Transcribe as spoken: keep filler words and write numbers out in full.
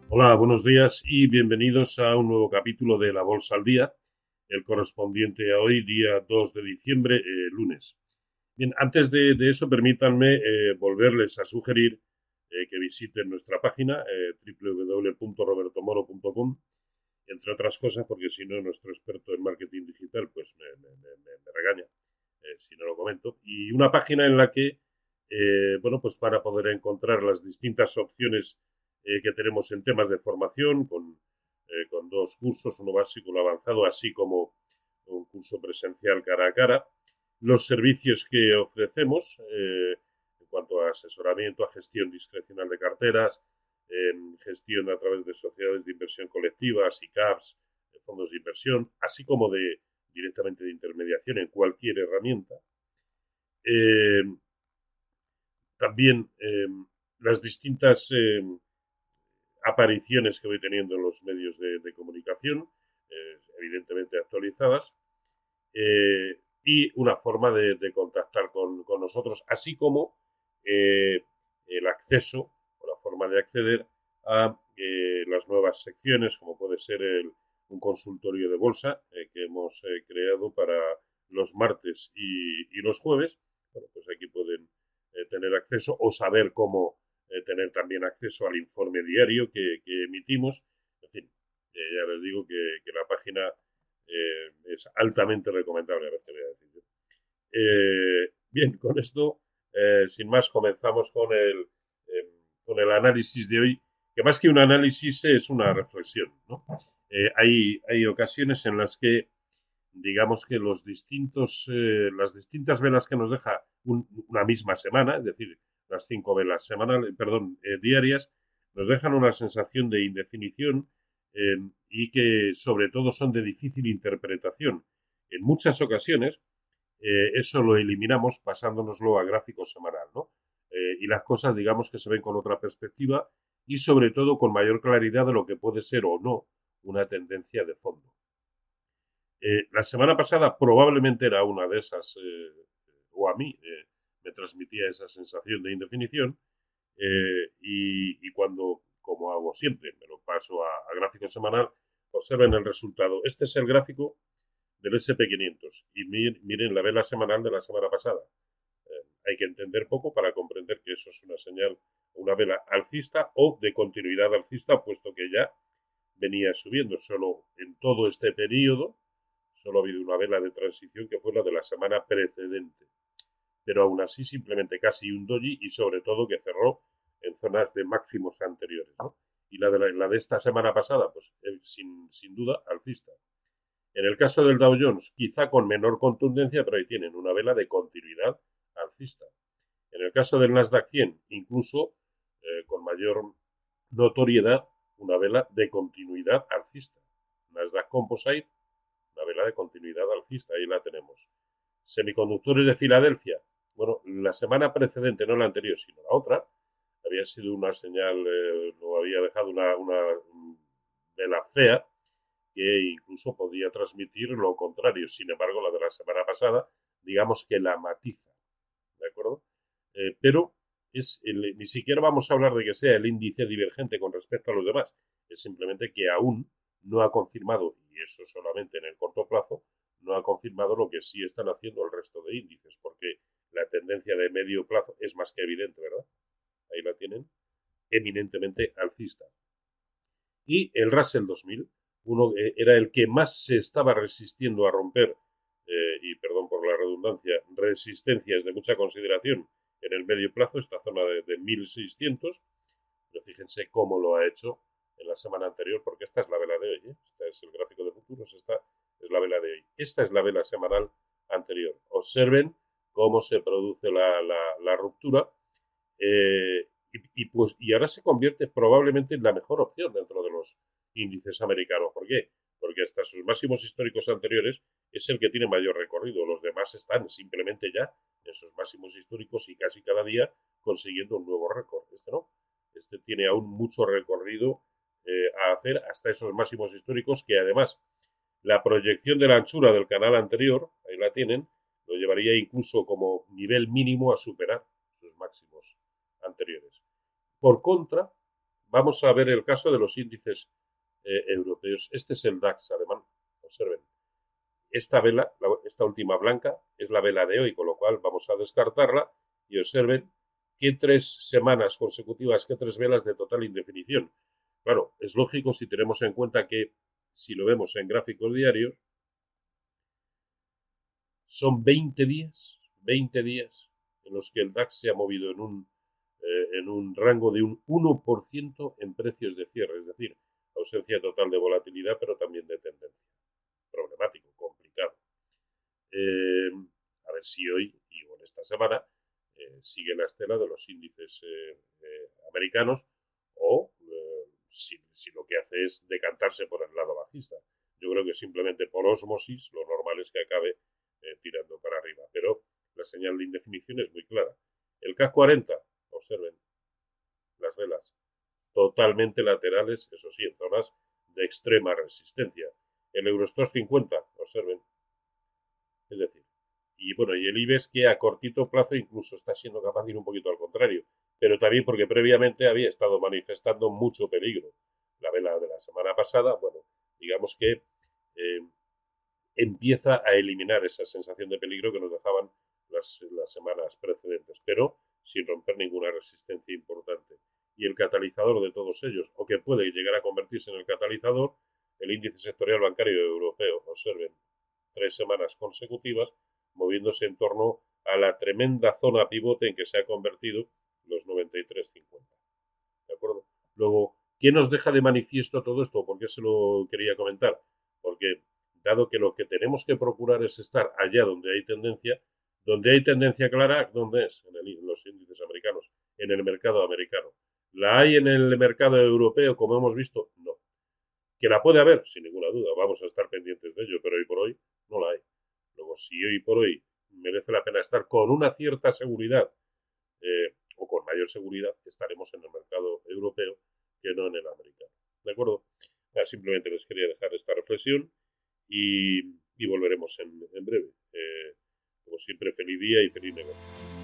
Hola, buenos días y bienvenidos a un nuevo capítulo de La Bolsa al Día, el correspondiente a hoy, día dos de diciembre, eh, lunes. Bien, antes de, de eso, permítanme eh, volverles a sugerir eh, que visiten nuestra página eh, w w w punto roberto moro punto com, entre otras cosas, porque si no, nuestro experto en marketing digital pues me, me, me, me regaña eh, si no lo comento. Y una página en la que, eh, bueno, pues para poder encontrar las distintas opciones eh, que tenemos en temas de formación, con, eh, con dos cursos, uno básico y uno avanzado, así como un curso presencial cara a cara, los servicios que ofrecemos eh, en cuanto a asesoramiento, a gestión discrecional de carteras, en gestión a través de sociedades de inversión colectivas, I C A Ps, fondos de inversión, así como de directamente de intermediación en cualquier herramienta. Eh, también eh, las distintas eh, apariciones que voy teniendo en los medios de, de comunicación, eh, evidentemente actualizadas, eh, y una forma de, de contactar con, con, nosotros, así como eh, el acceso o la forma de acceder a eh, las nuevas secciones, como puede ser el, un consultorio de bolsa eh, que hemos eh, creado para los martes y, y los jueves. Bueno, pues aquí pueden eh, tener acceso o saber cómo eh, tener también acceso al informe diario que, que emitimos. En fin, eh, ya les digo que, que la página eh, es altamente recomendable. A ver qué voy a decir yo. Eh, bien, con esto, eh, sin más, comenzamos con el, eh, con el análisis de hoy, que más que un análisis es una reflexión, ¿no? Eh, hay, hay ocasiones en las que, digamos que los distintos, eh, las distintas velas que nos deja un, una misma semana, es decir, las cinco velas semanales, perdón, eh, diarias, nos dejan una sensación de indefinición eh, y que sobre todo son de difícil interpretación. En muchas ocasiones eh, eso lo eliminamos pasándonoslo a gráfico semanal, ¿no? Eh, y las cosas, digamos, que se ven con otra perspectiva y sobre todo con mayor claridad de lo que puede ser o no una tendencia de fondo. Eh, la semana pasada probablemente era una de esas, eh, o a mí eh, me transmitía esa sensación de indefinición, eh, y, y, cuando, como hago siempre, me lo paso a, a gráfico semanal, observen el resultado. Este es el gráfico del ese and pe quinientos y mir, miren la vela semanal de la semana pasada. Eh, hay que entender poco para comprender que eso es una señal, una vela alcista o de continuidad alcista, puesto que ya venía subiendo. Solo en todo este periodo solo ha habido una vela de transición que fue la de la semana precedente. Pero aún así simplemente casi un doji y sobre todo que cerró en zonas de máximos anteriores, ¿no? Y la de, la, la de esta semana pasada, pues eh, sin, sin duda alcista. En el caso del Dow Jones, quizá con menor contundencia, pero ahí tienen una vela de continuidad alcista. En el caso del Nasdaq cien, incluso eh, con mayor notoriedad, una vela de continuidad alcista. Nasdaq Composite, una vela de continuidad alcista, ahí la tenemos. Semiconductores de Filadelfia, bueno, la semana precedente, no la anterior, sino la otra, había sido una señal, eh, lo había dejado una, una vela fea, que incluso podía transmitir lo contrario. Sin embargo, la de la semana pasada, digamos que la matiza, ¿de acuerdo? Eh, pero es el, ni siquiera vamos a hablar de que sea el índice divergente con respecto a los demás, es simplemente que aún no ha confirmado, y eso solamente en el corto plazo, no ha confirmado lo que sí están haciendo el resto de índices, porque la tendencia de medio plazo es más que evidente, ¿verdad? Ahí la tienen, eminentemente alcista. Y el Russell dos mil, uno era el que más se estaba resistiendo a romper, eh, y perdón por la redundancia, resistencias de mucha consideración en el medio plazo, esta zona de, de mil seiscientos, pero fíjense cómo lo ha hecho en la semana anterior, porque esta es la vela de hoy, ¿eh? Este es el gráfico de futuros, esta es la vela de hoy. Esta es la vela semanal anterior. Observen cómo se produce la, la, la ruptura, eh, y, y, pues, y ahora se convierte probablemente en la mejor opción dentro de los índices americanos. ¿Por qué? Porque hasta sus máximos históricos anteriores es el que tiene mayor recorrido. Los demás están simplemente ya en sus máximos históricos y casi cada día consiguiendo un nuevo récord. Este no. Este tiene aún mucho recorrido eh, a hacer hasta esos máximos históricos, que además la proyección de la anchura del canal anterior, ahí la tienen, lo llevaría incluso como nivel mínimo a superar sus máximos anteriores. Por contra, vamos a ver el caso de los índices eh, europeos. Este es el DAX alemán. Observen. Esta vela, esta última blanca, es la vela de hoy, con lo cual vamos a descartarla y observen que tres semanas consecutivas, que tres velas de total indefinición. Claro, es lógico si tenemos en cuenta que, si lo vemos en gráficos diarios, son veinte días, veinte días en los que el DAX se ha movido en un, eh, en un rango de un uno por ciento en precios de cierre, es decir, ausencia total de volatilidad, pero también de tendencia. Problemático, complicado. Eh, a ver si hoy, y en esta semana, eh, sigue la estela de los índices eh, eh, americanos o eh, si, si lo que hace es decantarse por el lado bajista. Yo creo que simplemente por ósmosis lo normal es que acabe eh, tirando para arriba, pero la señal de indefinición es muy clara. El C A C cuarenta, observen las velas, totalmente laterales, eso sí, en zonas de extrema resistencia. El Eurostoxx cincuenta, observen, es decir, y bueno, y el IBEX que a cortito plazo incluso está siendo capaz de ir un poquito al contrario, pero también porque previamente había estado manifestando mucho peligro. La vela de la semana pasada, bueno, digamos que eh, empieza a eliminar esa sensación de peligro que nos dejaban las, las semanas precedentes, pero sin romper ninguna resistencia importante. Y el catalizador de todos ellos, o que puede llegar a convertirse en el catalizador, el índice sectorial bancario europeo, observen, tres semanas consecutivas, moviéndose en torno a la tremenda zona pivote en que se ha convertido los noventa y tres cincuenta. ¿De acuerdo? Luego, ¿qué nos deja de manifiesto todo esto? ¿Por qué se lo quería comentar? Porque, dado que lo que tenemos que procurar es estar allá donde hay tendencia, donde hay tendencia clara, ¿dónde es? En, el, en los índices americanos, en el mercado americano. ¿La hay en el mercado europeo, como hemos visto? No. ¿Que la puede haber? Sin ninguna duda, vamos a estar pendientes de ello, pero hoy por hoy no la hay. Luego, si hoy por hoy merece la pena estar con una cierta seguridad eh, o con mayor seguridad, estaremos en el mercado europeo que no en el americano. ¿De acuerdo? Ah, simplemente les quería dejar esta reflexión y, y volveremos en, en breve. Eh, como siempre, feliz día y feliz negocio.